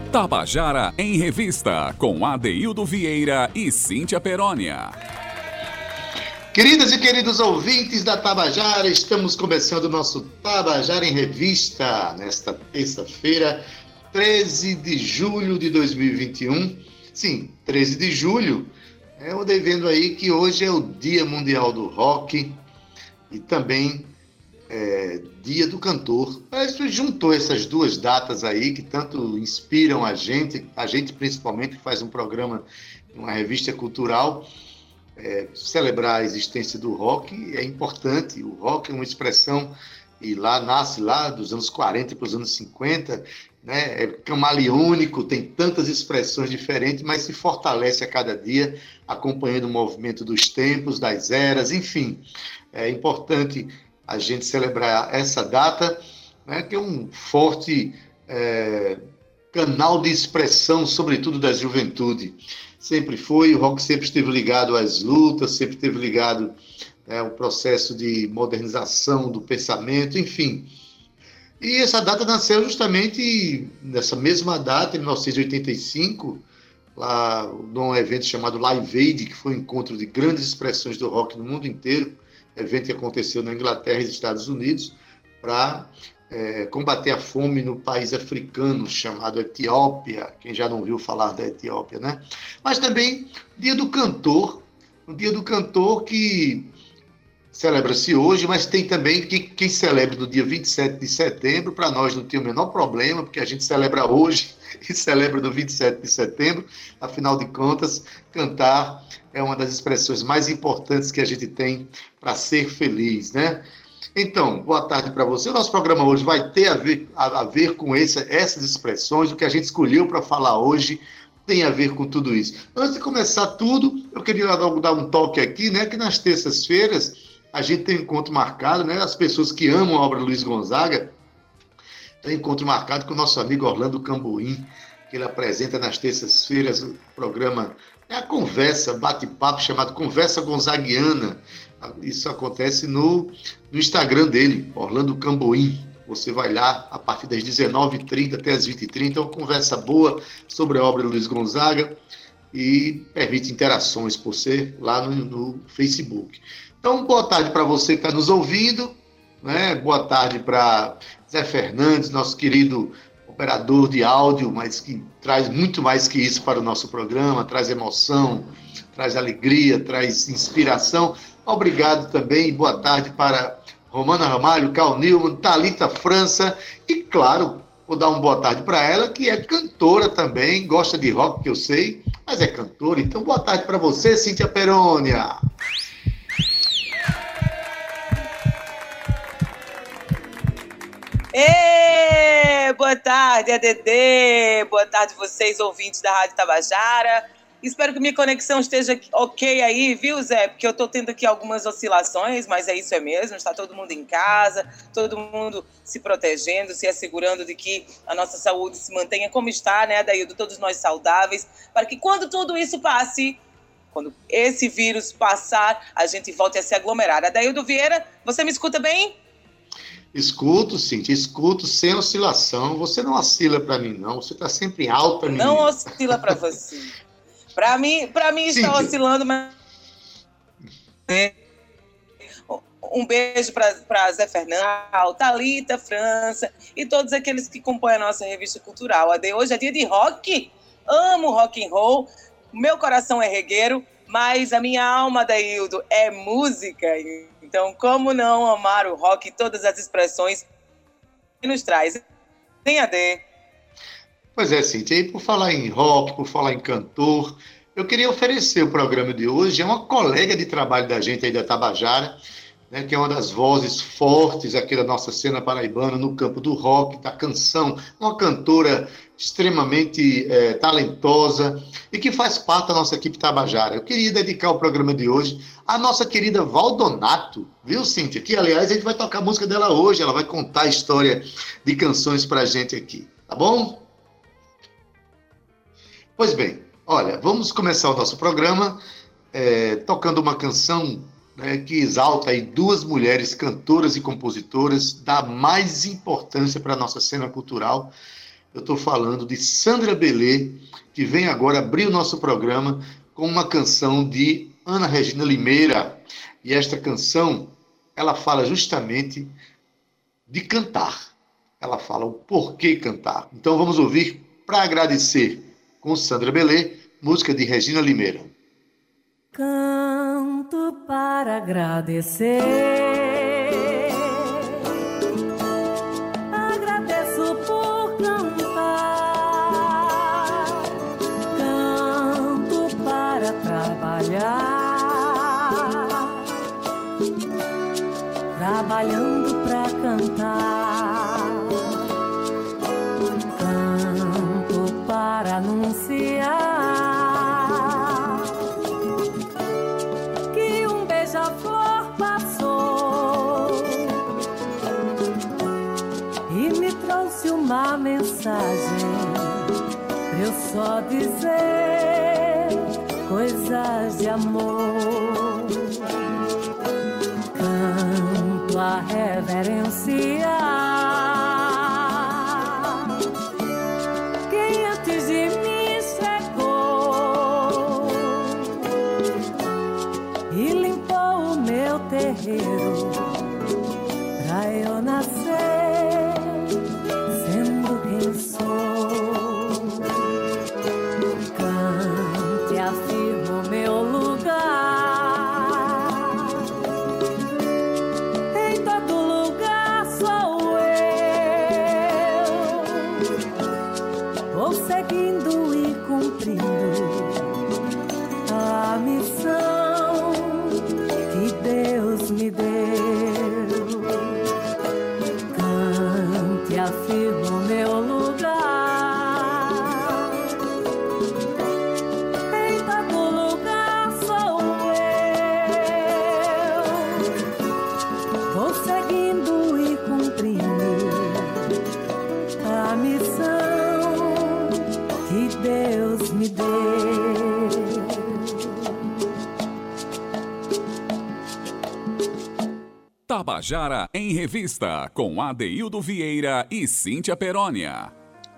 Tabajara em Revista, com Adeildo Vieira e Cíntia Perônia. Queridas e queridos ouvintes da Tabajara, estamos começando o nosso Tabajara em Revista, nesta terça-feira, 13 de julho de 2021. Sim, 13 de julho. Eu andei vendo aí que hoje é o Dia Mundial do Rock e também Dia do Cantor. Isso juntou essas duas datas aí que tanto inspiram a gente principalmente que faz um programa, uma revista cultural. Celebrar a existência do rock é importante. O rock é uma expressão e nasce dos anos 40 para os anos 50, né? É camaleônico, tem tantas expressões diferentes, mas se fortalece a cada dia, acompanhando o movimento dos tempos, das eras, enfim. É importante a gente celebrar essa data, né, que é um forte canal de expressão, sobretudo da juventude. Sempre foi, o rock sempre esteve ligado às lutas, sempre esteve ligado ao processo de modernização do pensamento, enfim. E essa data nasceu justamente nessa mesma data, em 1985, lá num evento chamado Live Aid, que foi um encontro de grandes expressões do rock no mundo inteiro, evento que aconteceu na Inglaterra e nos Estados Unidos, para combater a fome no país africano chamado Etiópia. Quem já não ouviu falar da Etiópia, né? Mas também Dia do Cantor, o Dia do Cantor que celebra-se hoje, mas tem também quem celebra no dia 27 de setembro. Para nós não tem o menor problema, porque a gente celebra hoje e celebra no 27 de setembro. Afinal de contas, cantar é uma das expressões mais importantes que a gente tem para ser feliz, né? Então, boa tarde para você. O nosso programa hoje vai ter a ver com essas expressões. O que a gente escolheu para falar hoje tem a ver com tudo isso. Antes de começar tudo, eu queria dar um toque aqui, né? Que nas terças-feiras a gente tem um encontro marcado, né? As pessoas que amam a obra Luiz Gonzaga tem um encontro marcado com o nosso amigo Orlando Camboim, que ele apresenta nas terças-feiras o programa, a conversa, bate-papo chamado Conversa Gonzaguiana. Isso acontece no Instagram dele, Orlando Camboim. Você vai lá a partir das 19h30 até as 20h30, uma conversa boa sobre a obra do Luiz Gonzaga e permite interações por ser lá no Facebook. Então, boa tarde para você que está nos ouvindo, né? Boa tarde para Zé Fernandes, nosso querido operador de áudio, mas que traz muito mais que isso para o nosso programa, traz emoção, traz alegria, traz inspiração. Obrigado também, boa tarde para Romana Ramalho, Carl Newman, Thalita França e, claro, vou dar uma boa tarde para ela, que é cantora também, gosta de rock, que eu sei, mas é cantora. Então, boa tarde para você, Cíntia Perônia. Boa tarde, ADD, boa tarde vocês, ouvintes da Rádio Tabajara. Espero que minha conexão esteja ok aí, viu, Zé? Porque eu estou tendo aqui algumas oscilações, mas isso é mesmo, está todo mundo em casa, todo mundo se protegendo, se assegurando de que a nossa saúde se mantenha como está, né, Adaildo? Todos nós saudáveis, para que quando tudo isso passe, quando esse vírus passar, a gente volte a se aglomerar. Adaildo Vieira, você me escuta bem? Escuto, Cíntia, escuto sem oscilação. Você não oscila para mim, não. Você está sempre alta, menina. Não oscila para você. Para mim está oscilando, mas... Um beijo para Zé Fernandes, Thalita França e todos aqueles que compõem a nossa revista cultural. Hoje é dia de rock. Amo rock and roll. Meu coração é regueiro, mas a minha alma, Adaildo, é música. Então, como não amar o rock e todas as expressões que nos traz? Tem AD. Pois é, Cíntia, e por falar em rock, por falar em cantor, eu queria oferecer o programa de hoje a uma colega de trabalho da gente aí da Tabajara, né, que é uma das vozes fortes aqui da nossa cena paraibana no campo do rock, da canção, uma cantora extremamente talentosa e que faz parte da nossa equipe Tabajara. Eu queria dedicar o programa de hoje à nossa querida Valdonato, viu, Cíntia? Que, aliás, a gente vai tocar a música dela hoje, ela vai contar a história de canções pra gente aqui, tá bom? Pois bem, olha, vamos começar o nosso programa tocando uma canção que exalta aí duas mulheres cantoras e compositoras, dá mais importância para a nossa cena cultural. Eu estou falando de Sandra Belê, que vem agora abrir o nosso programa com uma canção de Ana Regina Limeira. E esta canção, ela fala justamente de cantar. Ela fala o porquê cantar. Então vamos ouvir Pra Agradecer, com Sandra Belê, música de Regina Limeira. Canto para agradecer, agradeço por cantar, canto para trabalhar, trabalhando para cantar, canto para anunciar beija-flor passou e me trouxe uma mensagem pra eu só dizer coisas de amor. Canto a reverenciar quem antes de mim chegou e limpou o meu terreiro pra eu nascer sendo quem sou. Cante e afirma o meu lugar, em todo lugar sou eu, vou seguindo e cumprindo a missão que Deus me deu. Cante e afirma o meu lugar, em todo lugar sou eu, vou seguindo e cumprindo a missão que Deus me deu. Tabajara em Revista, com Adeildo Vieira e Cíntia Perônia.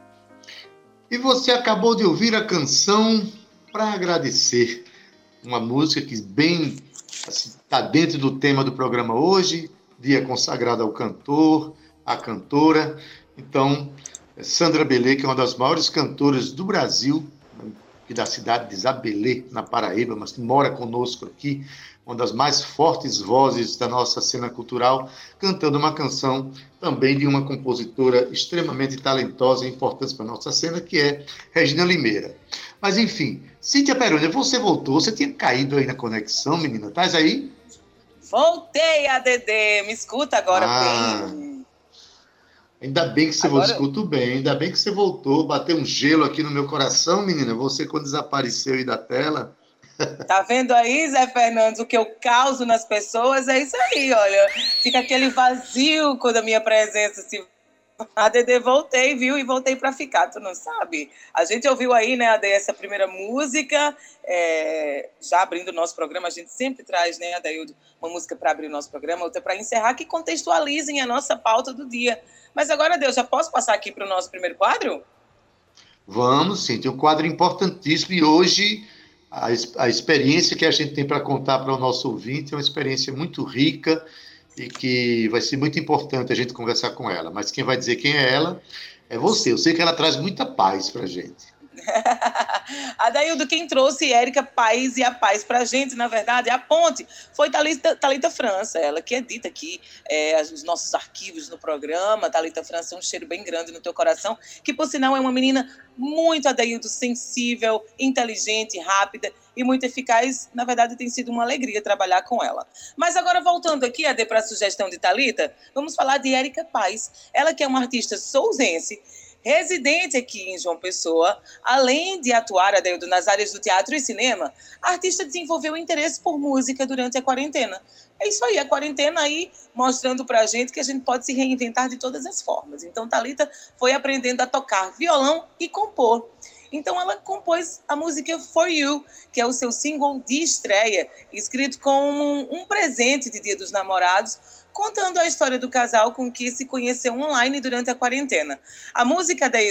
E você acabou de ouvir a canção Pra Agradecer, uma música que bem está dentro do tema do programa hoje, dia consagrado ao cantor, à cantora. Então, Sandra Belê, que é uma das maiores cantoras do Brasil, aqui da cidade de Zabelê, na Paraíba, mas que mora conosco aqui, uma das mais fortes vozes da nossa cena cultural, cantando uma canção também de uma compositora extremamente talentosa e importante para a nossa cena, que é Regina Limeira. Mas, enfim, Cíntia Perônia, você voltou, você tinha caído aí na conexão, menina, estás aí? Voltei, ADD, me escuta agora bem. Ainda bem que você voltou, escuto bem, ainda bem que você voltou, bateu um gelo aqui no meu coração, menina, você quando desapareceu aí da tela. Tá vendo aí, Zé Fernandes, o que eu causo nas pessoas? É isso aí, olha. Fica aquele vazio quando a minha presença se... ADD, voltei, viu? E voltei pra ficar, tu não sabe? A gente ouviu aí, né, AD, essa primeira música, já abrindo o nosso programa, a gente sempre traz, né, Adeildo, uma música para abrir o nosso programa, outra para encerrar, que contextualizem a nossa pauta do dia. Mas agora, Deus, já posso passar aqui para o nosso primeiro quadro? Vamos, sim, tem um quadro importantíssimo e hoje... A experiência que a gente tem para contar para o nosso ouvinte é uma experiência muito rica e que vai ser muito importante a gente conversar com ela. Mas quem vai dizer quem é ela é você. Eu sei que ela traz muita paz para a gente. Adeildo, quem trouxe Érica Paz e a Paz pra gente, na verdade, a ponte, foi Thalita França, ela que edita aqui os nossos arquivos no programa. Thalita França, um cheiro bem grande no teu coração, que por sinal é uma menina muito, Adeildo, sensível, inteligente, rápida e muito eficaz. Na verdade, tem sido uma alegria trabalhar com ela. Mas agora, voltando aqui, Ade, para a sugestão de Thalita, vamos falar de Érica Paz. Ela que é uma artista souzense, residente aqui em João Pessoa. Além de atuar, Adeildo, nas áreas do teatro e cinema, a artista desenvolveu interesse por música durante a quarentena. É isso aí, a quarentena aí mostrando pra gente que a gente pode se reinventar de todas as formas. Então, Thalita foi aprendendo a tocar violão e compor. Então, ela compôs a música For You, que é o seu single de estreia, escrito como um presente de Dia dos Namorados, contando a história do casal com que se conheceu online durante a quarentena. A música, Adeildo,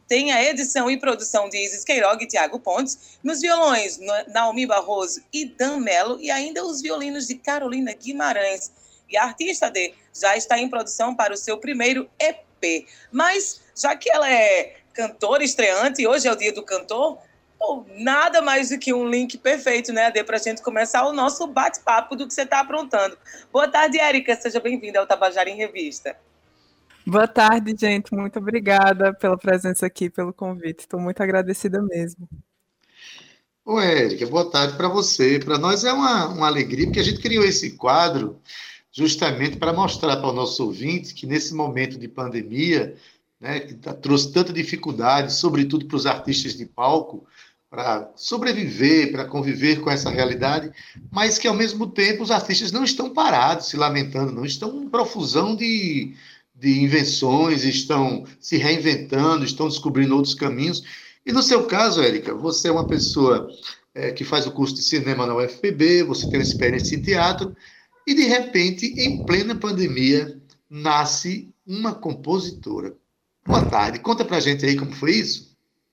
Tem a edição e produção de Isis Queiroga e Tiago Pontes, nos violões Naomi Barroso e Dan Mello, e ainda os violinos de Carolina Guimarães. E a artista D já está em produção para o seu primeiro EP. Mas, já que ela é cantora estreante, hoje é o dia do cantor, nada mais do que um link perfeito, né, Ade, para a gente começar o nosso bate-papo do que você está aprontando. Boa tarde, Érica. Seja bem-vinda ao Tabajara em Revista. Boa tarde, gente. Muito obrigada pela presença aqui, pelo convite. Estou muito agradecida mesmo. Ô, Érica, boa tarde para você. Para nós é uma alegria, porque a gente criou esse quadro justamente para mostrar para o nosso ouvinte que nesse momento de pandemia, né, que trouxe tanta dificuldade, sobretudo para os artistas de palco, para sobreviver, para conviver com essa realidade, mas que, ao mesmo tempo, os artistas não estão parados, se lamentando, não, estão em profusão de invenções, estão se reinventando, estão descobrindo outros caminhos. E no seu caso, Érica, você é uma pessoa que faz o curso de cinema na UFPB, você tem uma experiência em teatro, e, de repente, em plena pandemia, nasce uma compositora. Boa tarde. Conta pra gente aí como foi isso.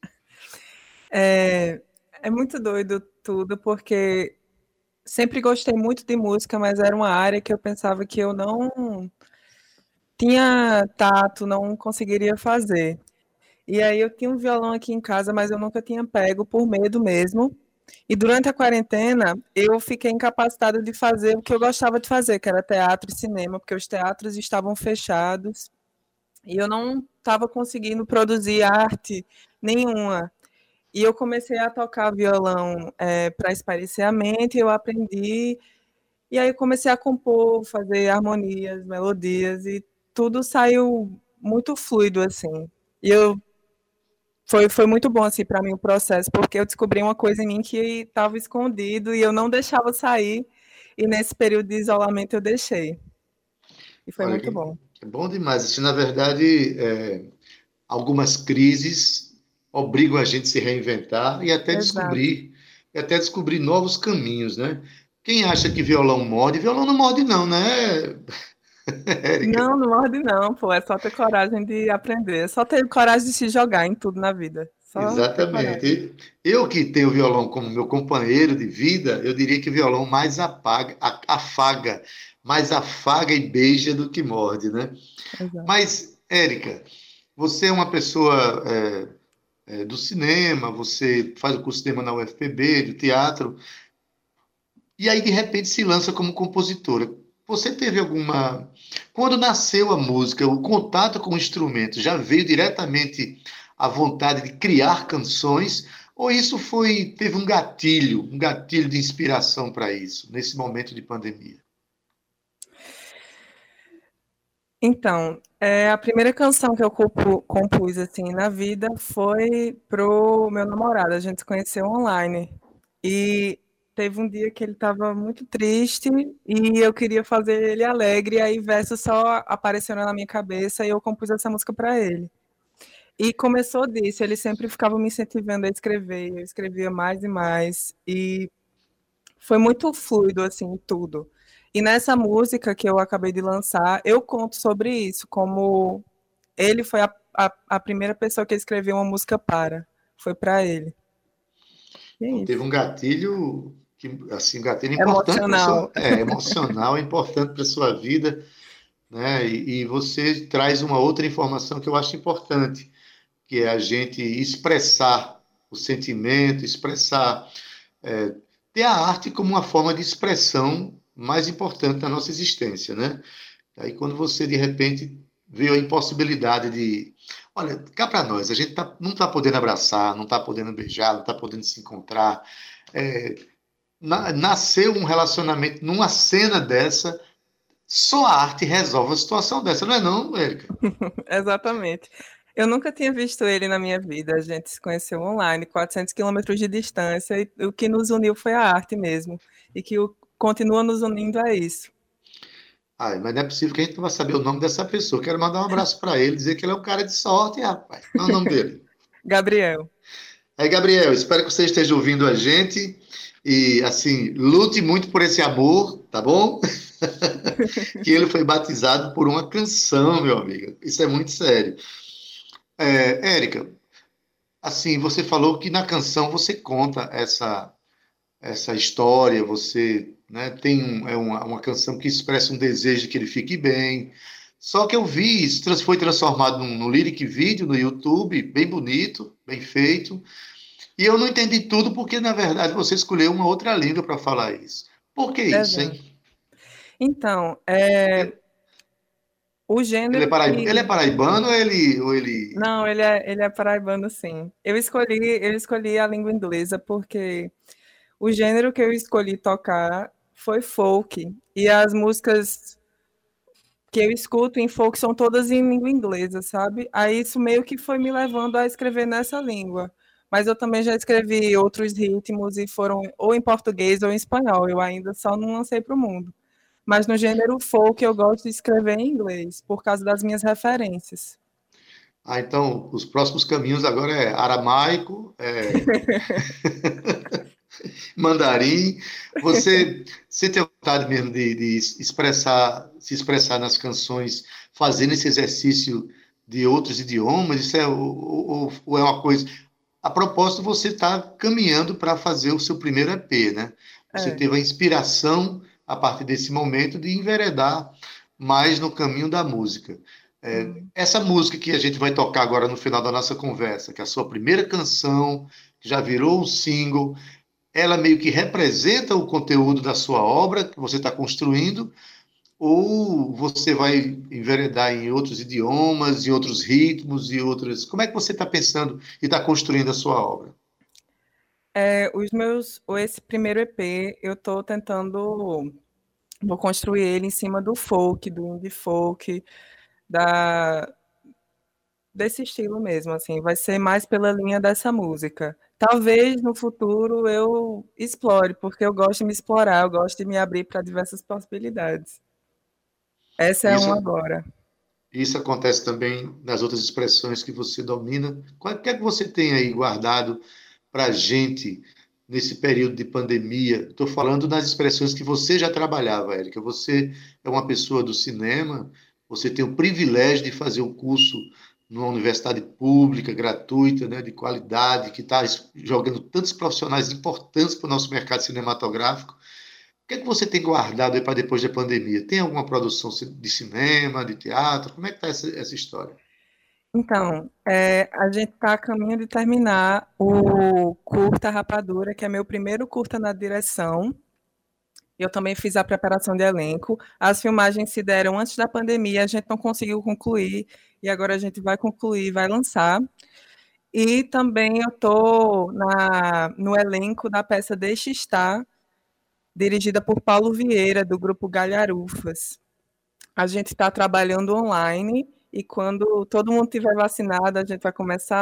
É muito doido tudo, porque sempre gostei muito de música, mas era uma área que eu pensava que eu não tinha tato, não conseguiria fazer. E aí eu tinha um violão aqui em casa, mas eu nunca tinha pego por medo mesmo. E durante a quarentena, eu fiquei incapacitada de fazer o que eu gostava de fazer, que era teatro e cinema, porque os teatros estavam fechados e eu não estava conseguindo produzir arte nenhuma. E eu comecei a tocar violão para espairecer a mente, eu aprendi, e aí comecei a compor, fazer harmonias, melodias, e tudo saiu muito fluido, assim. E foi muito bom, assim, para mim o processo, porque eu descobri uma coisa em mim que estava escondido e eu não deixava sair, e nesse período de isolamento eu deixei. E foi muito bom. É bom demais. Assim, na verdade, algumas crises obrigam a gente a se reinventar e até descobrir novos caminhos, né? Quem acha que violão não morde não, né, Érica? Não morde não, pô. É só ter coragem de aprender. É só ter coragem de se jogar em tudo na vida. Só ter coragem. Exatamente. Eu que tenho o violão como meu companheiro de vida, eu diria que o violão mais afaga e beija do que morde, né? Exato. Mas, Érica, você é uma pessoa do cinema, você faz o curso de cinema na UFPB, de teatro, e aí de repente se lança como compositora. Você teve alguma... Quando nasceu a música, o contato com o instrumento já veio diretamente a vontade de criar canções, ou isso teve um gatilho de inspiração para isso, nesse momento de pandemia? Então, a primeira canção que eu compus assim na vida foi pro meu namorado. A gente se conheceu online. E teve um dia que ele estava muito triste e eu queria fazer ele alegre, e aí versos só apareceram na minha cabeça e eu compus essa música para ele. E começou disso, ele sempre ficava me incentivando a escrever, eu escrevia mais e mais, e foi muito fluido, assim, tudo. E nessa música que eu acabei de lançar, eu conto sobre isso, como ele foi a primeira pessoa que escreveu uma música foi para ele. Então, teve um gatilho, assim, gatilho importante emocional. Emocional, importante para a sua vida, né? E você traz uma outra informação que eu acho importante, que é a gente expressar o sentimento, ter a arte como uma forma de expressão mais importante da nossa existência, né? Aí quando você, de repente, veio a impossibilidade de... Olha, cá para nós, a gente não está podendo abraçar, não está podendo beijar, não está podendo se encontrar. Nasceu um relacionamento numa cena dessa, só a arte resolve a situação dessa, não é não, Érica? Exatamente. Eu nunca tinha visto ele na minha vida, a gente se conheceu online, 400 quilômetros de distância, e o que nos uniu foi a arte mesmo, e que continua nos unindo a isso. Mas não é possível que a gente não vai saber o nome dessa pessoa. Quero mandar um abraço para ele, dizer que ele é um cara de sorte, rapaz. Qual é o nome dele? Gabriel. Aí, Gabriel, espero que você esteja ouvindo a gente e, assim, lute muito por esse amor, tá bom? Que ele foi batizado por uma canção, meu amigo. Isso é muito sério. Érica, assim, você falou que na canção você conta essa história, você, né, tem uma canção que expressa um desejo de que ele fique bem. Só que eu vi, isso foi transformado num lyric vídeo no YouTube, bem bonito, bem feito. E eu não entendi tudo porque, na verdade, você escolheu uma outra língua para falar isso. Por que isso, Exato. hein? Então, o gênero Ele é que. paraibano ou ele... Não, ele é paraibano, sim. Eu escolhi a língua inglesa porque o gênero que eu escolhi tocar foi folk. E as músicas que eu escuto em folk são todas em língua inglesa, sabe? Aí isso meio que foi me levando a escrever nessa língua. Mas eu também já escrevi outros ritmos e foram ou em português ou em espanhol. Eu ainda só não lancei para o mundo. Mas no gênero folk eu gosto de escrever em inglês, por causa das minhas referências. Ah, então, os próximos caminhos agora é aramaico, mandarim. Você tem vontade mesmo de se expressar nas canções, fazendo esse exercício de outros idiomas? Isso é, ou é uma coisa. A propósito, você está caminhando para fazer o seu primeiro EP, né? Você É. teve a inspiração, a partir desse momento, de enveredar mais no caminho da música. Hum. Essa música que a gente vai tocar agora no final da nossa conversa, que é a sua primeira canção, que já virou um single, ela meio que representa o conteúdo da sua obra que você está construindo, ou você vai enveredar em outros idiomas, em outros ritmos e outras. Como é que você está pensando e está construindo a sua obra? Esse primeiro EP, eu estou tentando, vou construir ele em cima do folk, do indie folk, da, desse estilo mesmo, assim, vai ser mais pela linha dessa música. Talvez no futuro eu explore, porque eu gosto de me explorar, eu gosto de me abrir para diversas possibilidades. Essa é uma Isso, agora. isso acontece também nas outras expressões que você domina. O que é que você tem aí guardado para a gente nesse período de pandemia? Estou falando nas expressões que você já trabalhava, Érica. Você é uma pessoa do cinema, você tem o privilégio de fazer um curso numa universidade pública, gratuita, né, de qualidade, que está jogando tantos profissionais importantes para o nosso mercado cinematográfico. O que é que você tem guardado para depois da pandemia? Tem alguma produção de cinema, de teatro? Como é que está essa história? Então, a gente está a caminho de terminar o curta Rapadura, que é meu primeiro curta na direção. Eu também fiz a preparação de elenco. As filmagens se deram antes da pandemia, a gente não conseguiu concluir, e agora a gente vai concluir, vai lançar. E também eu estou no elenco da peça Deixe Estar, dirigida por Paulo Vieira, do grupo Galharufas. A gente está trabalhando online e quando todo mundo tiver vacinado, a gente vai começar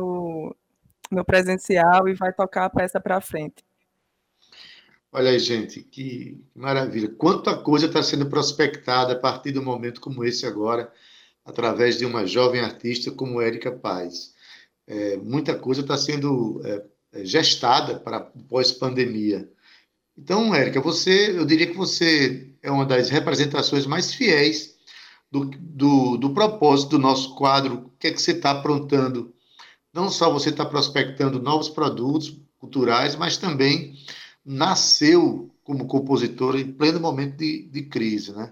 no presencial e vai tocar a peça para frente. Olha aí, gente, que maravilha. Quanta coisa está sendo prospectada a partir de um momento como esse agora, através de uma jovem artista como Érica Paz. Muita coisa está sendo gestada para pós-pandemia. Então, Érica, eu diria que você é uma das representações mais fiéis do propósito do nosso quadro. O que é que você está aprontando? Não só você está prospectando novos produtos culturais, mas também nasceu como compositora em pleno momento de crise, né?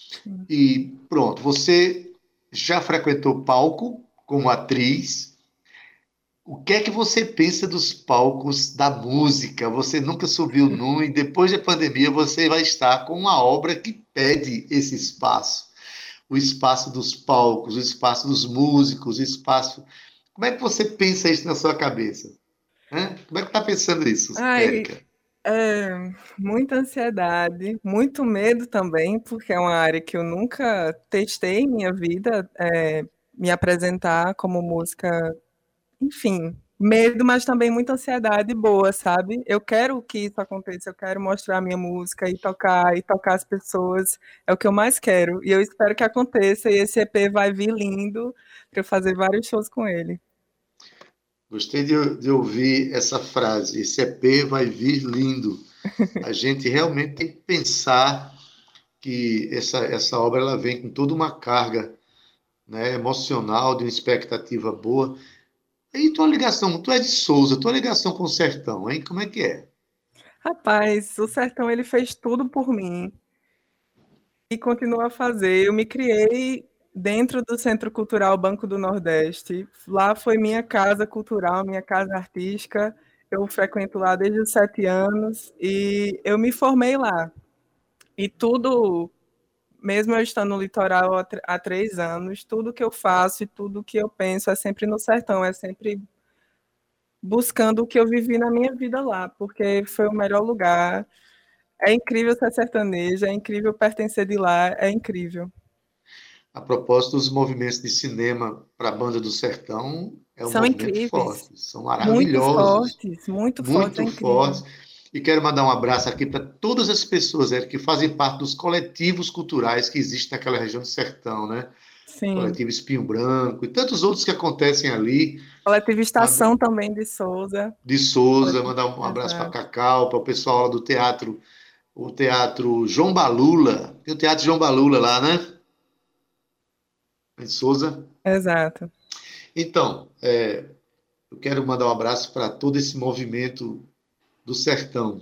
E pronto, você já frequentou palco como atriz. O que é que você pensa dos palcos da música? Você nunca subiu num e depois da pandemia você vai estar com uma obra que pede esse espaço. O espaço dos palcos, o espaço dos músicos, o espaço. Como é que você pensa isso na sua cabeça? Hã? Como é que está pensando isso, Ai, Érica? muita ansiedade, muito medo também, porque é uma área que eu nunca testei em minha vida, me apresentar como música, enfim, medo, mas também muita ansiedade boa, sabe? Eu quero que isso aconteça, eu quero mostrar a minha música e tocar as pessoas, é o que eu mais quero, e eu espero que aconteça, e esse EP vai vir lindo para eu fazer vários shows com ele. Gostei de ouvir essa frase. Esse EP vai vir lindo. A gente realmente tem que pensar que essa obra ela vem com toda uma carga, né, emocional, de uma expectativa boa. E tua ligação, tu é de Souza, tua ligação com o sertão, hein? Como é que é? Rapaz, o sertão ele fez tudo por mim e continua a fazer. Eu me criei dentro do Centro Cultural Banco do Nordeste. Lá foi minha casa cultural, minha casa artística. Eu frequento lá desde os 7 anos e eu me formei lá. E tudo, mesmo eu estando no litoral há 3 anos, tudo que eu faço e tudo que eu penso é sempre no sertão, é sempre buscando o que eu vivi na minha vida lá, porque foi o melhor lugar. É incrível ser sertaneja, é incrível pertencer de lá, é incrível. A propósito, os movimentos de cinema para a Banda do Sertão é um São movimento incríveis, forte, são maravilhosos, muito fortes, é muito incrível. fortes. E quero mandar um abraço aqui para todas as pessoas, Érico, que fazem parte dos coletivos culturais que existem naquela região do Sertão, né? Sim. Coletivo Espinho Branco e tantos outros que acontecem ali. Coletivo Manda- Estação também de Souza. De Souza, Coletivo- mandar um abraço para Exato. Cacau, para o pessoal lá do teatro, o Teatro João Balula. Tem o Teatro João Balula lá, né? Em Souza. Exato. Então, eu quero mandar um abraço para todo esse movimento do sertão.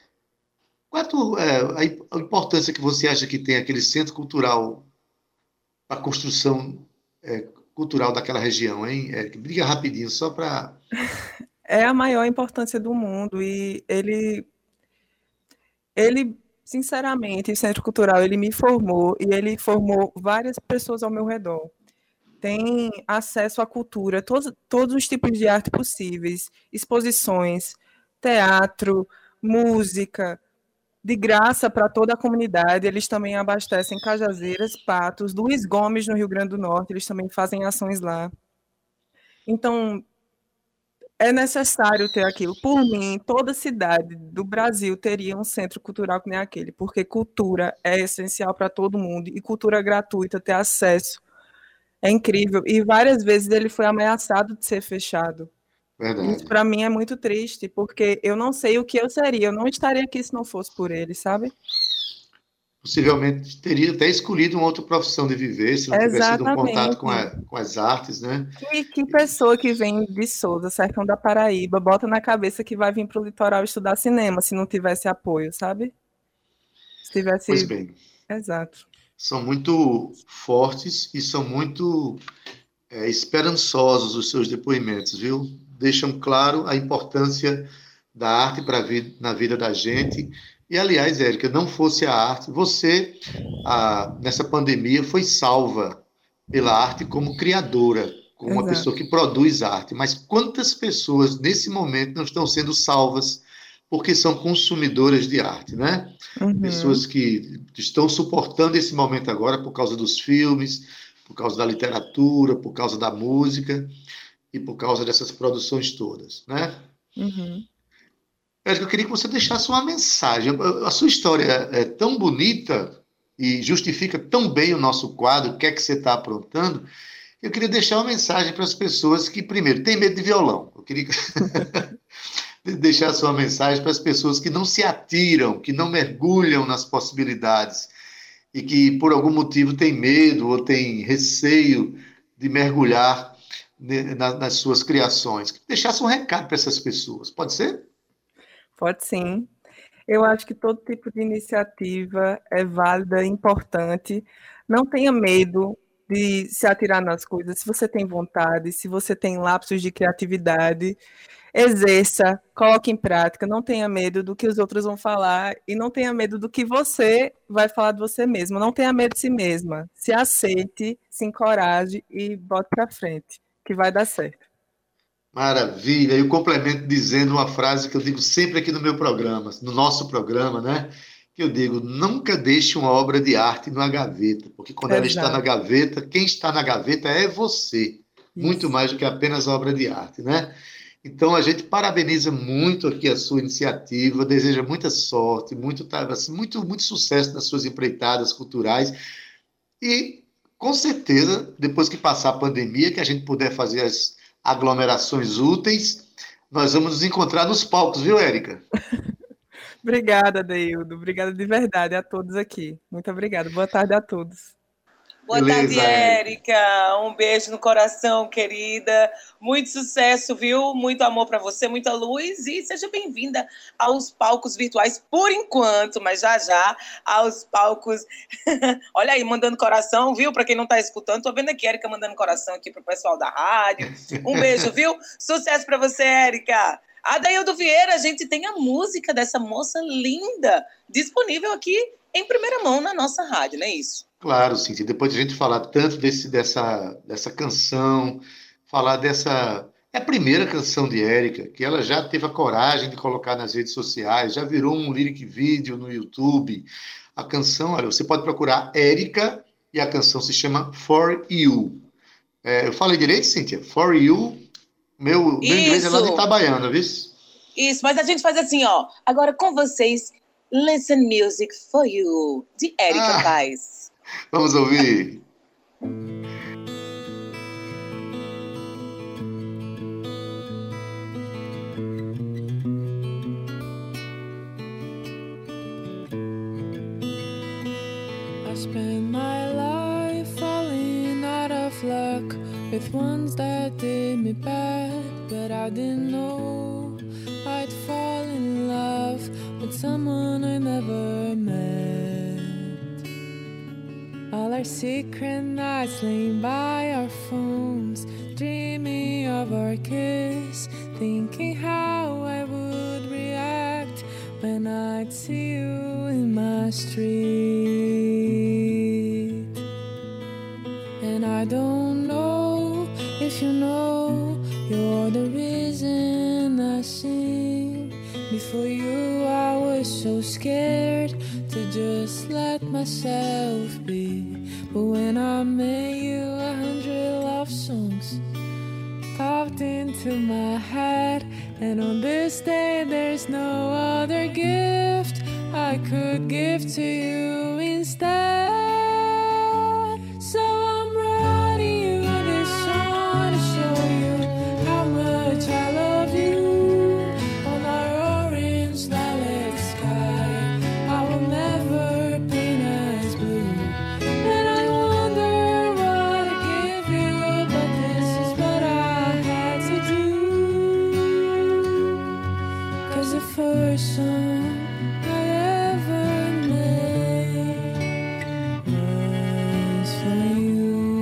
A importância que você acha que tem aquele centro cultural para a construção cultural daquela região, hein? Diga rapidinho, só para. É a maior importância do mundo e ele, sinceramente, o Centro Cultural, ele me formou e ele formou várias pessoas ao meu redor. Tem acesso à cultura, todos os tipos de arte possíveis, exposições, teatro, música, de graça para toda a comunidade. Eles também abastecem Cajazeiras, Patos, Luiz Gomes, no Rio Grande do Norte, eles também fazem ações lá. Então, é necessário ter aquilo. Por mim, toda cidade do Brasil teria um centro cultural que nem aquele, porque cultura é essencial para todo mundo e cultura gratuita, ter acesso é incrível. E várias vezes ele foi ameaçado de ser fechado. Isso Verdade. para mim é muito triste, porque eu não sei o que eu seria. Eu não estaria aqui se não fosse por ele, sabe? Possivelmente teria até escolhido uma outra profissão de viver se não tivesse tido um contato Exatamente. com as artes, né? Que pessoa que vem de Souza, sertão da Paraíba, bota na cabeça que vai vir para o litoral estudar cinema se não tivesse apoio, sabe? Se Pois tivesse. bem, Exato. são muito fortes e são muito esperançosos os seus depoimentos, viu? Deixam claro a importância da arte na vida da gente. E, aliás, Érica, não fosse a arte, você, nessa pandemia, foi salva pela arte como criadora, como uma pessoa Exato. que produz arte. Mas quantas pessoas, nesse momento, não estão sendo salvas porque são consumidoras de arte, né? Uhum. Pessoas que estão suportando esse momento agora por causa dos filmes, por causa da literatura, por causa da música e por causa dessas produções todas, né? Uhum. Eu queria que você deixasse uma mensagem. A sua história é tão bonita e justifica tão bem o nosso quadro, o que é que você está aprontando. Eu queria deixar uma mensagem para as pessoas que, primeiro, têm medo de violão. Eu queria deixar sua mensagem para as pessoas que não se atiram, que não mergulham nas possibilidades e que, por algum motivo, têm medo ou têm receio de mergulhar nas suas criações. Deixasse um recado para essas pessoas. Pode ser? Pode sim. Eu acho que todo tipo de iniciativa é válida, é importante. Não tenha medo de se atirar nas coisas. Se você tem vontade, se você tem lapsos de criatividade, exerça, coloque em prática. Não tenha medo do que os outros vão falar e não tenha medo do que você vai falar de você mesmo. Não tenha medo de si mesma. Se aceite, se encoraje e bote para frente, que vai dar certo. Maravilha. E o complemento dizendo uma frase que eu digo sempre aqui no meu programa, no nosso programa, né? Que eu digo, nunca deixe uma obra de arte numa gaveta, porque quando ela está na Exato. gaveta, quem está na gaveta é você, muito Isso. mais do que apenas obra de arte, né? Então a gente parabeniza muito aqui a sua iniciativa, deseja muita sorte, assim, muito sucesso nas suas empreitadas culturais e com certeza, depois que passar a pandemia, que a gente puder fazer as aglomerações úteis, nós vamos nos encontrar nos palcos, viu, Érica? Obrigada, Deildo. Obrigada de verdade a todos aqui. Muito obrigada. Boa tarde a todos. Boa tarde, Érica. Um beijo no coração, querida. Muito sucesso, viu? Muito amor para você, muita luz. E seja bem-vinda aos palcos virtuais, por enquanto, mas já já aos palcos. Olha aí, mandando coração, viu? Para quem não está escutando, tô vendo aqui, Érica mandando coração aqui pro pessoal da rádio. Um beijo, viu? Sucesso para você, Érica. Adaildo Vieira, a gente tem a música dessa moça linda disponível aqui em primeira mão na nossa rádio, não é isso? Claro, Cíntia. Depois de a gente falar tanto dessa canção, falar dessa. É a primeira canção de Érica, que ela já teve a coragem de colocar nas redes sociais, já virou um lyric video no YouTube. A canção, olha, você pode procurar Érica e a canção se chama For You. Eu falei direito, Cíntia? For You. Meu inglês é lá de Itabaiana, viu? Isso, mas a gente faz assim, ó. Agora com vocês, Listen Music for You, de Érica Paz. Vamos ouvir. I spent my life falling out of luck with ones that did me bad, but I didn't know I'd fall in love with someone I never met. All our secret nights laying by our phones, dreaming of our kiss, thinking how I would react when I'd see you in my street. And I don't know if you know, you're the reason I sing. Before you I was so scared to just let myself be. But when I met you, 100 love songs popped into my head. And on this day there's no other gift I could give to you instead. So I'm writing you this song to show you how much I love you. On our orange lilac sky, I will never paint as blue. And I wonder what to give you, but this is what I had to do. 'Cause the first song I ever made was for you.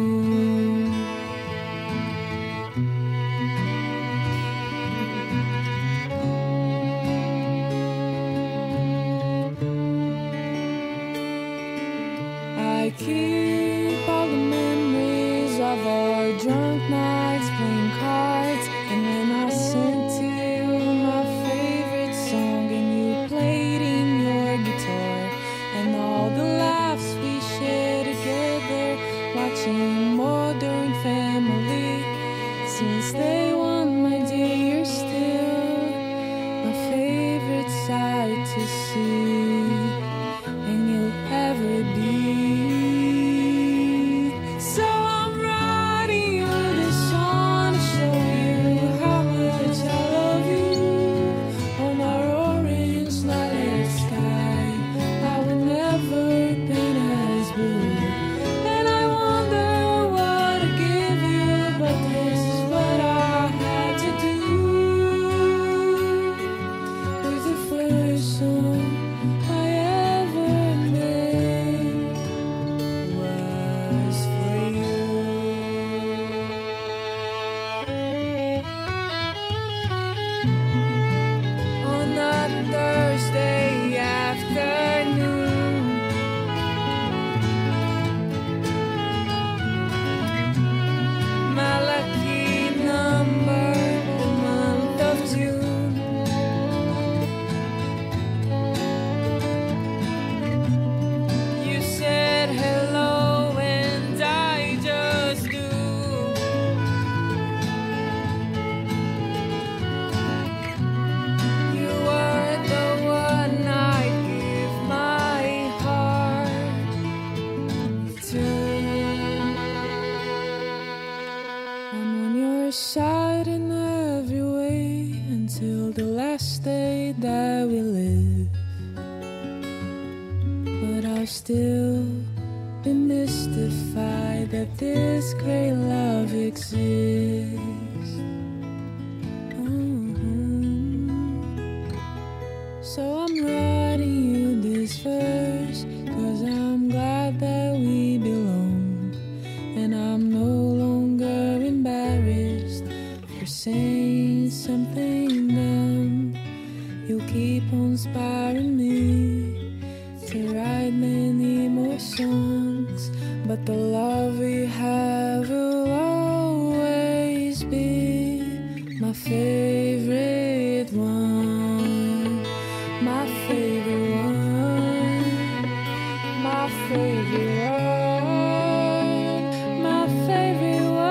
I keep all the memories of our drunk nights playing cards. And when I sent to you my favorite song and you played in your guitar, and all the laughs we shared together watching Modern Family. Since day one, my dear, you're still my favorite sight to see, and you'll ever be. So I'm writing you this song to show you how much I love you. On our orange lilac sky, I will never paint as blue. And I wonder what to give you, but this is what I had to do. 'Cause the first song I ever made was for you. On that Thursday afternoon, my lucky number, the month of June. You said hello and I just do. You were the one I'd give my heart to. I'm on your side in every way until the last day that we live. But I'll still been mystified that this great love exists. So I'm writing you this verse, 'cause I'm glad that we belong, and I'm no longer embarrassed for saying something dumb. You'll keep on inspiring me to write many more songs, but the love we have will always be my favorite one, my favorite one, my favorite one, my favorite one.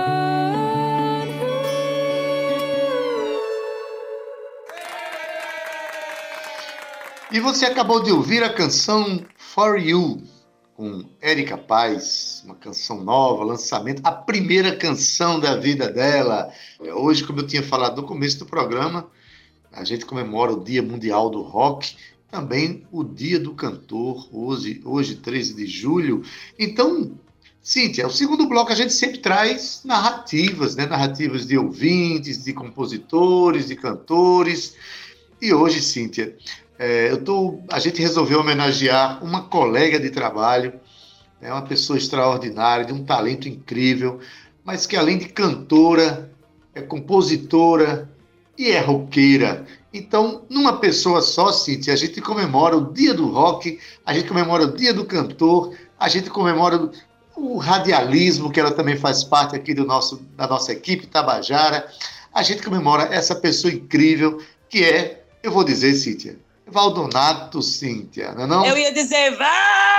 E você acabou de ouvir a canção For You, com Érica Paz, uma canção nova, lançamento, a primeira canção da vida dela. Hoje, como eu tinha falado no começo do programa, a gente comemora o Dia Mundial do Rock, também o Dia do Cantor, hoje 13 de julho. Então, Cíntia, o segundo bloco a gente sempre traz narrativas, né? Narrativas de ouvintes, de compositores, de cantores. E hoje, Cíntia, a gente resolveu homenagear uma colega de trabalho, uma pessoa extraordinária, de um talento incrível, mas que além de cantora, é compositora e é roqueira. Então, numa pessoa só, Cíntia, a gente comemora o Dia do Rock, a gente comemora o Dia do Cantor, a gente comemora o radialismo, que ela também faz parte aqui da nossa equipe Tabajara. A gente comemora essa pessoa incrível que é, eu vou dizer, Cíntia, Valdonato, Cíntia, não é não? Eu ia dizer Valdonato!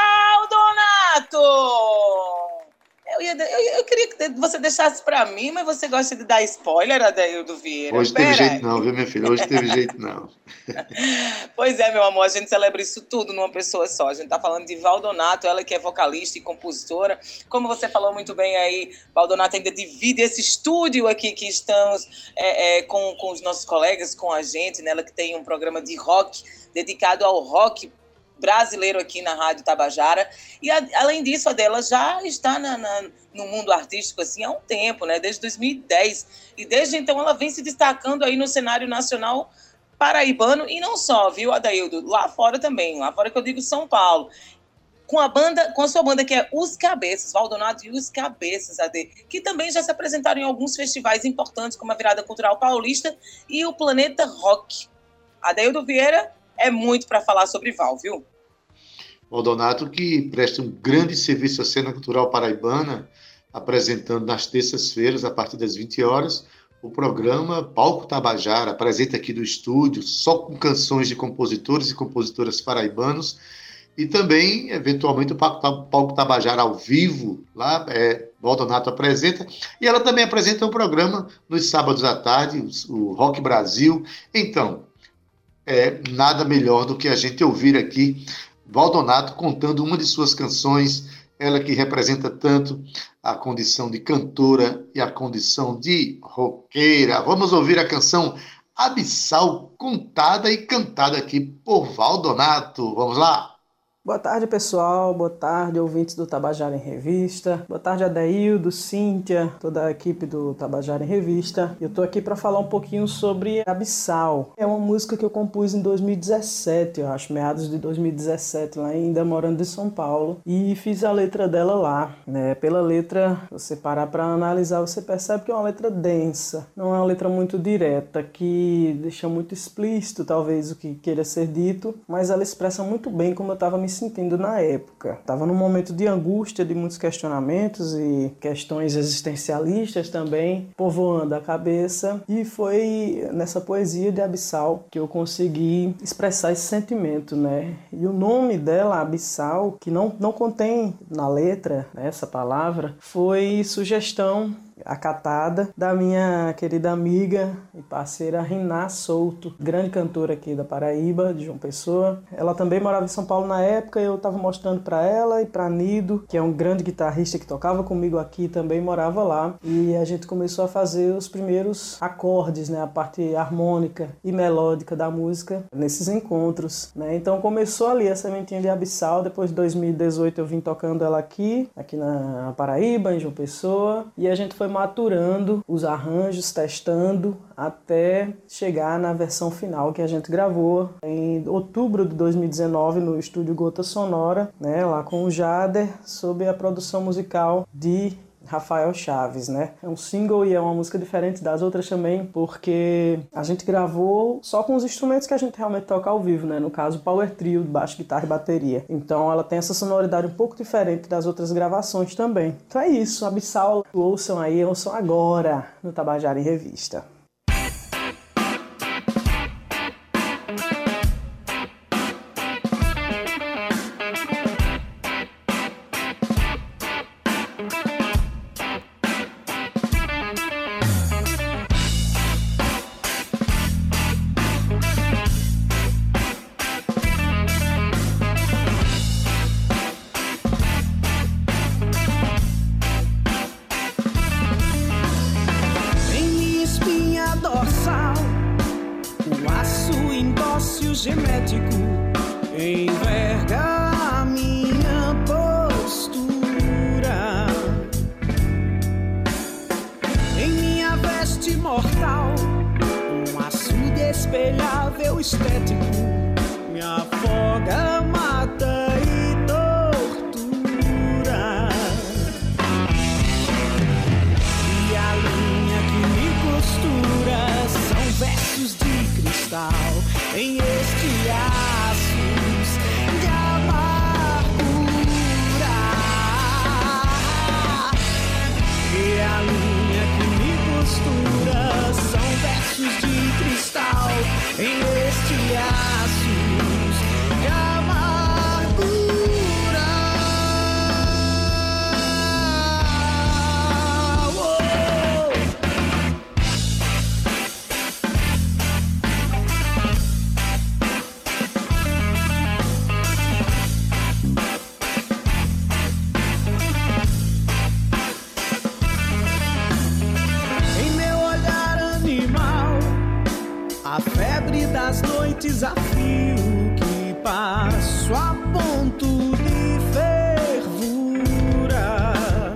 Eu queria que você deixasse pra mim, mas você gosta de dar spoiler, Adeildo Vieira. Hoje teve jeito não, viu, minha filha? Hoje teve jeito não. Pois é, meu amor, a gente celebra isso tudo numa pessoa só. A gente tá falando de Valdonato, ela que é vocalista e compositora. Como você falou muito bem aí, Valdonato ainda divide esse estúdio aqui que estamos com os nossos colegas, com a gente, né? Ela que tem um programa de rock dedicado ao rock brasileiro aqui na Rádio Tabajara. E, além disso, a dela já está no mundo artístico assim, há um tempo, né? Desde 2010. E desde então ela vem se destacando aí no cenário nacional paraibano e não só, viu, Adaildo? Lá fora também. Lá fora que eu digo São Paulo. Com a sua banda que é Os Cabeças, Valdonato e Os Cabeças, Ade, que também já se apresentaram em alguns festivais importantes, como a Virada Cultural Paulista e o Planeta Rock. Adeildo Vieira, é muito para falar sobre Val, viu? Valdonato, que presta um grande serviço à cena cultural paraibana, apresentando nas terças-feiras, a partir das 20 horas, o programa Palco Tabajara, apresenta aqui do estúdio, só com canções de compositores e compositoras paraibanos, e também, eventualmente, o Palco Tabajara ao vivo, lá, Valdonato apresenta, e ela também apresenta um programa nos sábados à tarde, o Rock Brasil. Então, nada melhor do que a gente ouvir aqui Valdonato contando uma de suas canções, ela que representa tanto a condição de cantora e a condição de roqueira. Vamos ouvir a canção Abissal, contada e cantada aqui por Valdonato. Vamos lá? Boa tarde, pessoal. Boa tarde, ouvintes do Tabajara em Revista. Boa tarde, Adeildo, Cíntia, toda a equipe do Tabajara em Revista. Eu tô aqui para falar um pouquinho sobre Abissal. É uma música que eu compus em 2017, eu acho, meados de 2017, lá ainda morando em São Paulo. E fiz a letra dela lá, né? Pela letra, você parar para analisar, você percebe que é uma letra densa. Não é uma letra muito direta, que deixa muito explícito, talvez, o que queira ser dito. Mas ela expressa muito bem como eu estava me sentindo na época. Estava num momento de angústia, de muitos questionamentos e questões existencialistas também, povoando a cabeça, e foi nessa poesia de Abissal que eu consegui expressar esse sentimento, né? E o nome dela, Abissal, que não contém na letra, né, essa palavra, foi sugestão acatada, da minha querida amiga e parceira Riná Souto, grande cantora aqui da Paraíba, de João Pessoa. Ela também morava em São Paulo na época e eu estava mostrando para ela e para Nido, que é um grande guitarrista que tocava comigo aqui, também morava lá. E a gente começou a fazer os primeiros acordes, né, a parte harmônica e melódica da música nesses encontros, né? Então começou ali a sementinha de Abissal. Depois de 2018 eu vim tocando ela aqui na Paraíba, em João Pessoa, e a gente foi maturando os arranjos, testando até chegar na versão final que a gente gravou em outubro de 2019 no estúdio Gota Sonora, né, lá com o Jader, sob a produção musical de Rafael Chaves, né? É um single e é uma música diferente das outras também, porque a gente gravou só com os instrumentos que a gente realmente toca ao vivo, né? No caso, Power Trio, baixo, guitarra e bateria. Então ela tem essa sonoridade um pouco diferente das outras gravações também. Então é isso, Abissal, ouçam aí, ouçam agora no Tabajara em Revista. Genético enverga a minha postura. Em minha veste mortal, um açude espelhável estético me afoga, mata e tortura. E a linha que me costura são versos de cristal em estiaços de amargura. E a linha que me costura são versos de cristal em estiaços de amargura. A febre das noites a fio que passo a ponto de fervura,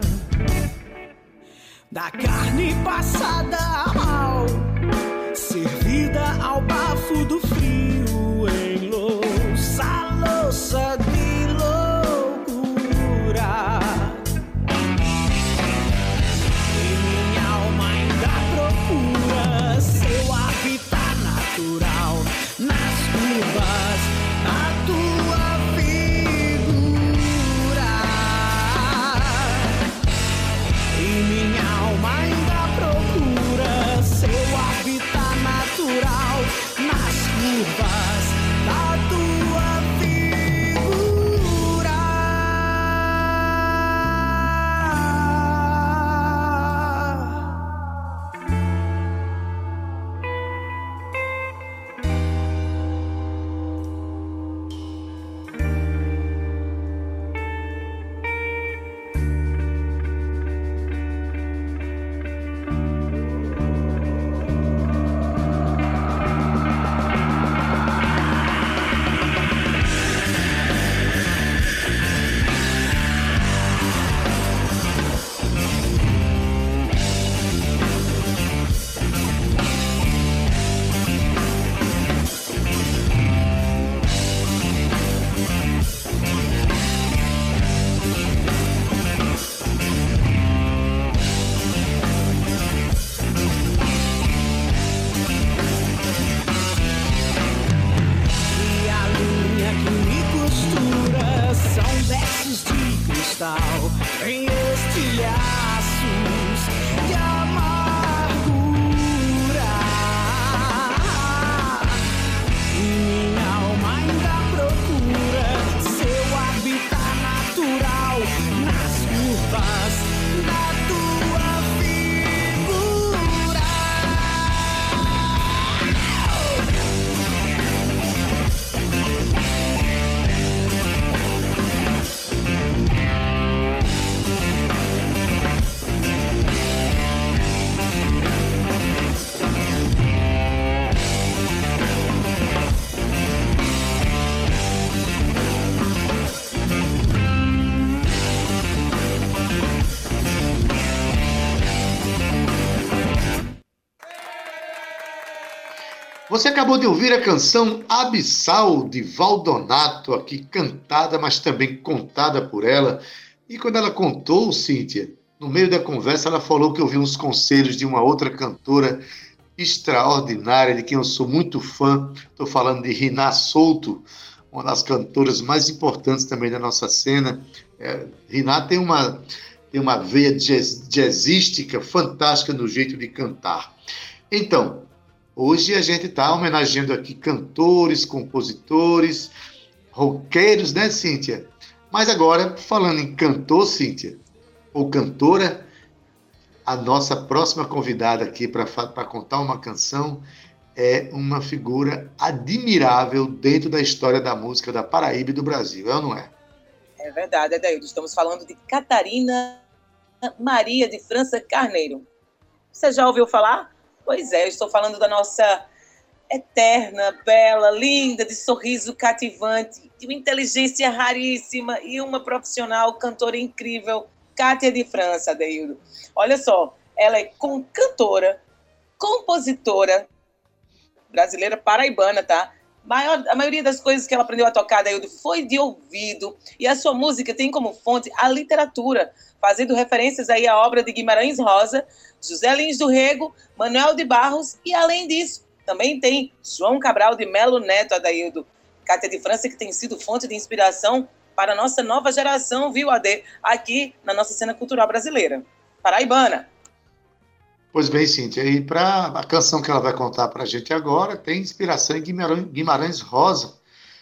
da carne passada a mal, servida ao bafo do frio em louça de loucura. E minha alma ainda procura seu habitat natural nas curvas da tua figura. E minha alma ainda procura Você acabou de ouvir a canção Abissal, de Valdonato, aqui cantada, mas também contada por ela. E quando ela contou, Cíntia, no meio da conversa, ela falou que ouviu uns conselhos de uma outra cantora extraordinária, de quem eu sou muito fã. Estou falando de Riná Souto, uma das cantoras mais importantes também da nossa cena. Riná tem uma veia jazzística fantástica no jeito de cantar. Então, hoje a gente está homenageando aqui cantores, compositores, roqueiros, né, Cíntia? Mas agora, falando em cantor, Cíntia, ou cantora, a nossa próxima convidada aqui para contar uma canção é uma figura admirável dentro da história da música da Paraíba e do Brasil, é ou não é? É verdade, Adaildo. Estamos falando de Catarina Maria de França Carneiro. Você já ouviu falar? Pois é, eu estou falando da nossa eterna, bela, linda, de sorriso cativante, de uma inteligência raríssima e uma profissional cantora incrível, Cátia de França, Adaildo. Olha só, ela é cantora, compositora brasileira paraibana, tá? A maioria das coisas que ela aprendeu a tocar, Adaildo, foi de ouvido, e a sua música tem como fonte a literatura, fazendo referências aí à obra de Guimarães Rosa, José Lins do Rego, Manuel de Barros, e além disso, também tem João Cabral de Melo Neto, Adaildo. Cátia de França, que tem sido fonte de inspiração para a nossa nova geração, viu, Ade, aqui na nossa cena cultural brasileira. Paraibana. Pois bem, Cíntia, e para a canção que ela vai contar para a gente agora, tem inspiração em Guimarães Rosa,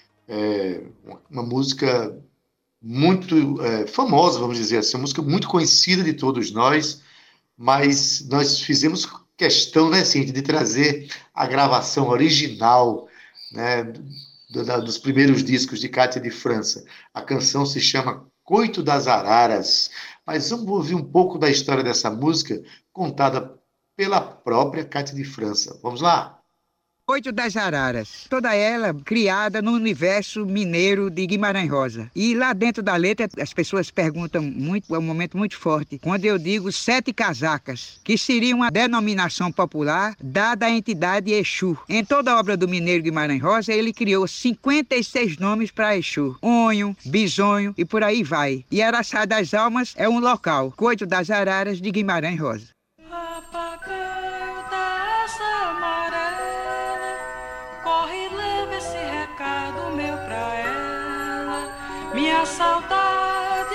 uma música muito famosa, vamos dizer assim, uma música muito conhecida de todos nós, mas nós fizemos questão, né, Cíntia, de trazer a gravação original, né, dos primeiros discos de Cátia de França. A canção se chama Coito das Araras, mas vamos ouvir um pouco da história dessa música contada pela própria Cátia de França. Vamos lá? Coito das Araras, toda ela criada no universo mineiro de Guimarães Rosa. E lá dentro da letra, as pessoas perguntam muito, é um momento muito forte, quando eu digo 7 casacas, que seria uma denominação popular dada à entidade Exu. Em toda a obra do mineiro Guimarães Rosa, ele criou 56 nomes para Exu. Onho, Bisonho e por aí vai. E Araçá das Almas é um local. Coito das Araras de Guimarães Rosa. Papagaio dessa amarela, corre e leva esse recado meu pra ela. Minha saudade,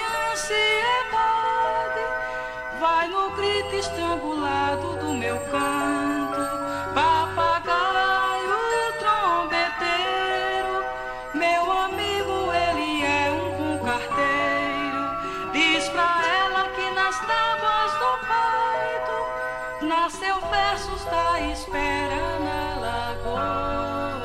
ansiedade, vai no grito estrangulado do meu canto. Papagaio trombeteiro, meu amigo, ele é um carteiro. Diz pra ela que nas tábuas do peito nasceu versos da espera na lagoa.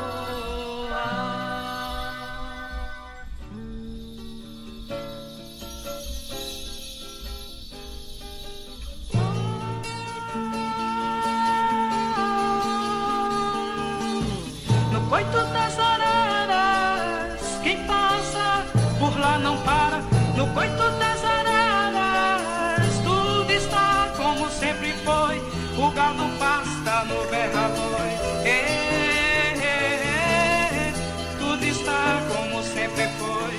No coito das araras, quem passa por lá não para. No coito das araras, tudo está como sempre foi. O gado pasta no berra-boi. Tudo está como sempre foi.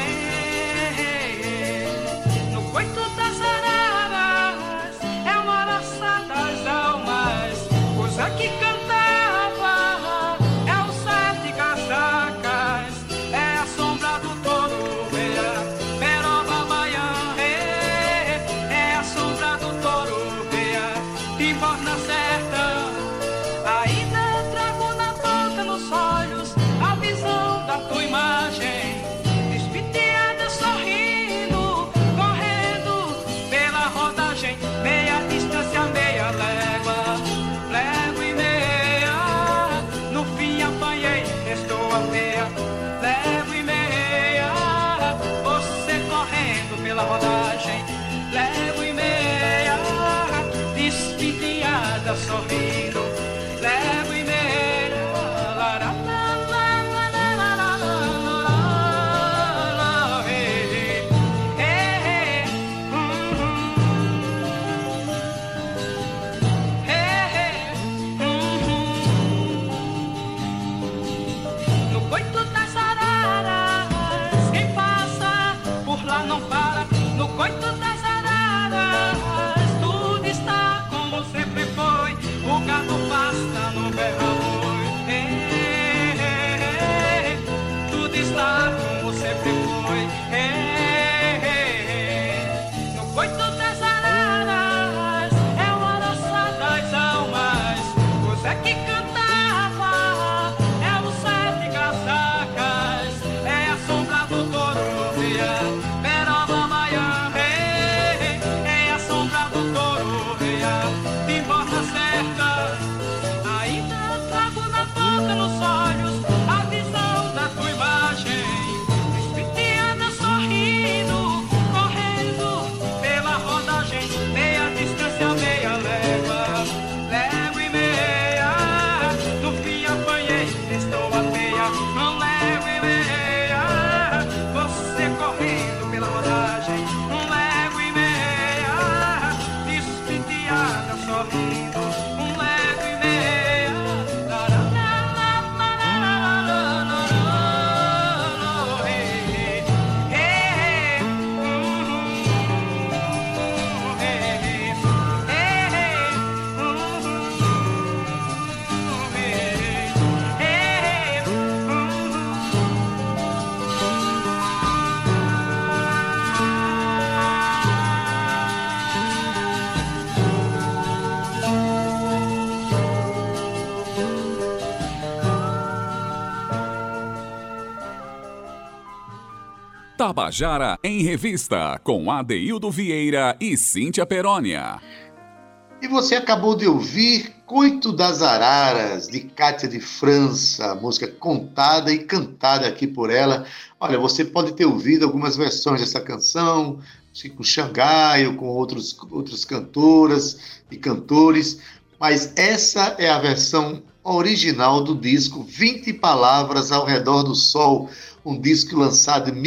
No coito das araras é uma araçá das almas. Coisa que cantava é os 7 casacas. É a sombra do touro, peroba baiana. É a sombra do touro, de borna certa. Ainda trago na boca, nos olhos, a visão da tua imagem, espiteada sorrindo, correndo pela rodagem. Meia distância, meia légua, légua e meia. No fim apanhei, restou a meia, légua e meia. Você correndo pela rodagem, légua e meia, despediada sorrindo, légua e meia. mar não para, no coito das araras, tudo está como sempre foi, o gado pasta no berra-boi. Tudo está como sempre foi, no coito das araras, é o araçá das almas, o Zé que cantava, é o sete casacas, é a sombra do touro, peroba baiana, é a sombra do touro, de porta certa, ainda trago na boca, nos olhos, a visão da tua imagem, espitiana sorrindo, correndo pela rodagem, meia distância, meia légua, légua e meia, no fim apanhei, estou a meia, não légua e meia, você correndo pela rodagem, um légua e meia, espitiana sorrindo, um légua e meia, Tabajara em Revista, com Adeildo Vieira e Cíntia Perônia. E você acabou de ouvir Coito das Araras, de Cátia de França, música contada e cantada aqui por ela. Olha, você pode ter ouvido algumas versões dessa canção, com Xangai ou com outras cantoras e cantores, mas essa é a versão original do disco 20 Palavras ao Redor do Sol, um disco lançado em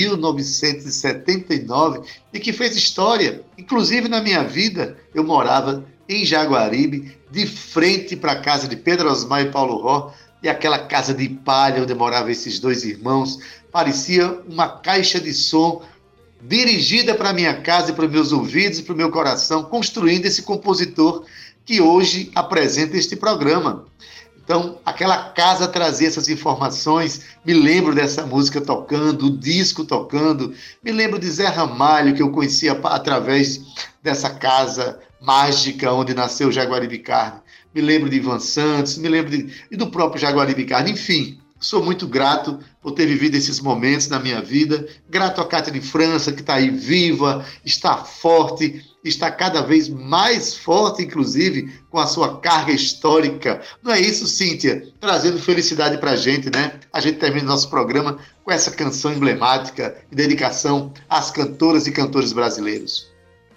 1979 e que fez história. Inclusive, na minha vida, eu morava em Jaguaribe, de frente para a casa de Pedro Osmar e Paulo Ró, e aquela casa de palha onde moravam esses dois irmãos parecia uma caixa de som dirigida para a minha casa e para os meus ouvidos e para o meu coração, construindo esse compositor que hoje apresenta este programa. Então, aquela casa trazia essas informações, me lembro dessa música tocando, o disco tocando, me lembro de Zé Ramalho, que eu conhecia através dessa casa mágica onde nasceu Jaguaribe Carne, me lembro de Ivan Santos, me lembro e do próprio Jaguaribe Carne, enfim, sou muito grato por ter vivido esses momentos na minha vida, grato a Cátia de França, que está aí viva, está forte, está cada vez mais forte, inclusive, com a sua carga histórica. Não é isso, Cíntia? Trazendo felicidade para a gente, né? A gente termina nosso programa com essa canção emblemática e dedicação às cantoras e cantores brasileiros.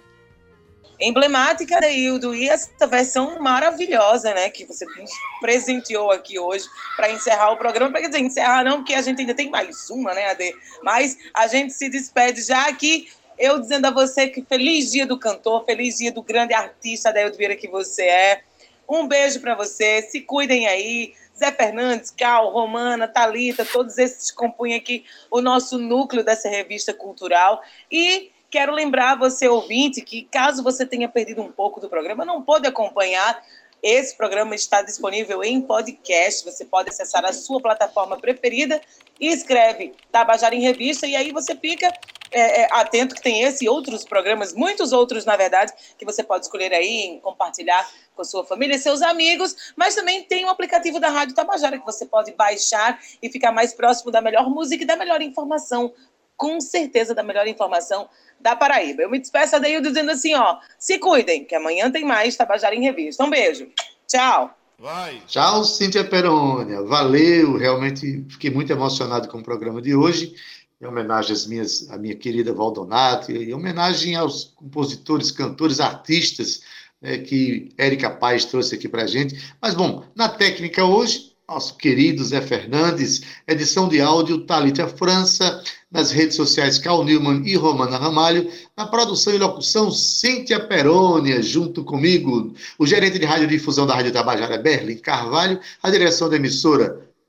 Emblemática, Adeildo, e essa versão maravilhosa, né, que você presenteou aqui hoje para encerrar o programa. Para dizer, encerrar não, porque a gente ainda tem mais uma, né, Ade? Mas a gente se despede já aqui, eu dizendo a você que feliz dia do cantor, feliz dia do grande artista Adeildo Vieira que você é. Um beijo para você, se cuidem aí. Zé Fernandes, Cal, Romana, Thalita, todos esses compõem aqui o nosso núcleo dessa revista cultural. E quero lembrar você, ouvinte, que caso você tenha perdido um pouco do programa, não pôde acompanhar, esse programa está disponível em podcast. Você pode acessar a sua plataforma preferida e escreve Tabajara em Revista, e aí você fica atento que tem esse e outros programas, muitos outros, na verdade, que você pode escolher aí e compartilhar com a sua família e seus amigos, mas também tem um aplicativo da Rádio Tabajara que você pode baixar e ficar mais próximo da melhor música e da melhor informação, com certeza da melhor informação da Paraíba. Eu me despeço, Adeildo, dizendo assim, ó, se cuidem, que amanhã tem mais Tabajara em Revista. Um beijo. Tchau. Vai. Tchau, Cíntia Perônia. Valeu, realmente fiquei muito emocionado com o programa de hoje, em homenagem à minha querida Valdonato, e em homenagem aos compositores, cantores, artistas que Érica Paz trouxe aqui para a gente. Mas, bom, na técnica hoje, nosso querido Zé Fernandes, edição de áudio Thalita França, nas redes sociais Cal Newman e Romana Ramalho, na produção e locução Cíntia Perônia, junto comigo, o gerente de radiodifusão da Rádio Tabajara, Berlim Carvalho, a direção da emissora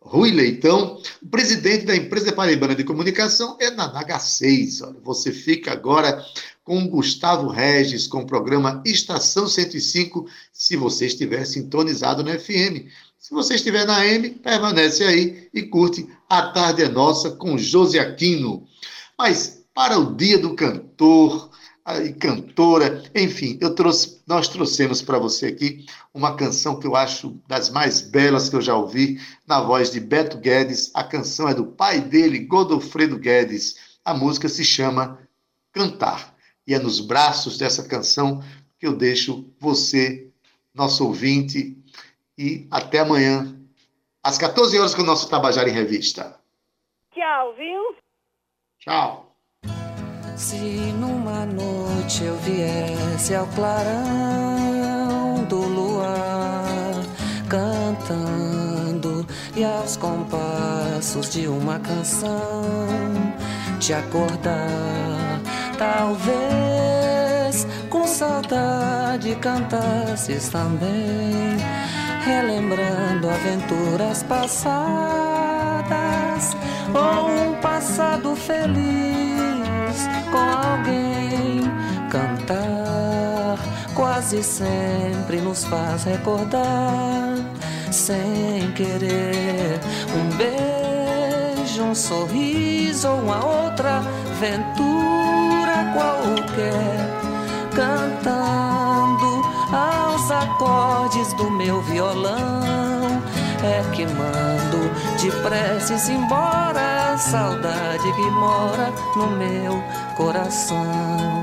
Rui Leitão, o presidente da empresa paraibana de comunicação, é na H6. Olha, você fica agora com o Gustavo Regis, com o programa Estação 105, se você estiver sintonizado no FM. Se você estiver na AM, permanece aí e curte A Tarde é Nossa com José Aquino. Mas para o Dia do Cantor e Cantora, enfim, nós trouxemos para você aqui uma canção que eu acho das mais belas que eu já ouvi, na voz de Beto Guedes. A canção é do pai dele, Godofredo Guedes. A música se chama Cantar. E é nos braços dessa canção que eu deixo você, nosso ouvinte, e até amanhã, às 14 horas, com o nosso Tabajara em Revista. Tchau, viu? Tchau. Se numa noite eu viesse ao clarão do luar, cantando e aos compassos de uma canção te acordar, talvez com saudade cantasses também, relembrando aventuras passadas ou um passado feliz com alguém. Cantar quase sempre nos faz recordar, sem querer, um beijo, um sorriso ou uma outra aventura qualquer, cantando aos acordes do meu violão, é que mando depressa embora a saudade que mora no meu coração.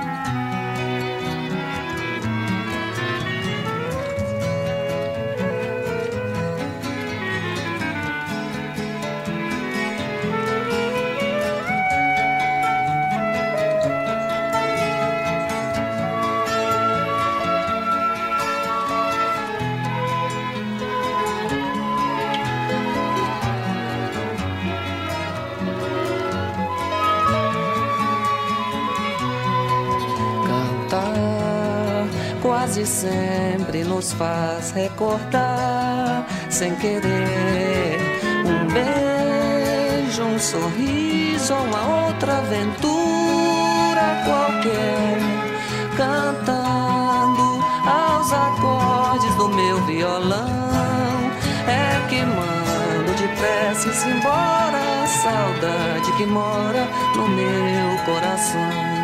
Quase sempre nos faz recordar, sem querer, um beijo, um sorriso ou uma outra aventura qualquer, cantando aos acordes do meu violão, é que mando depressa embora a saudade que mora no meu coração.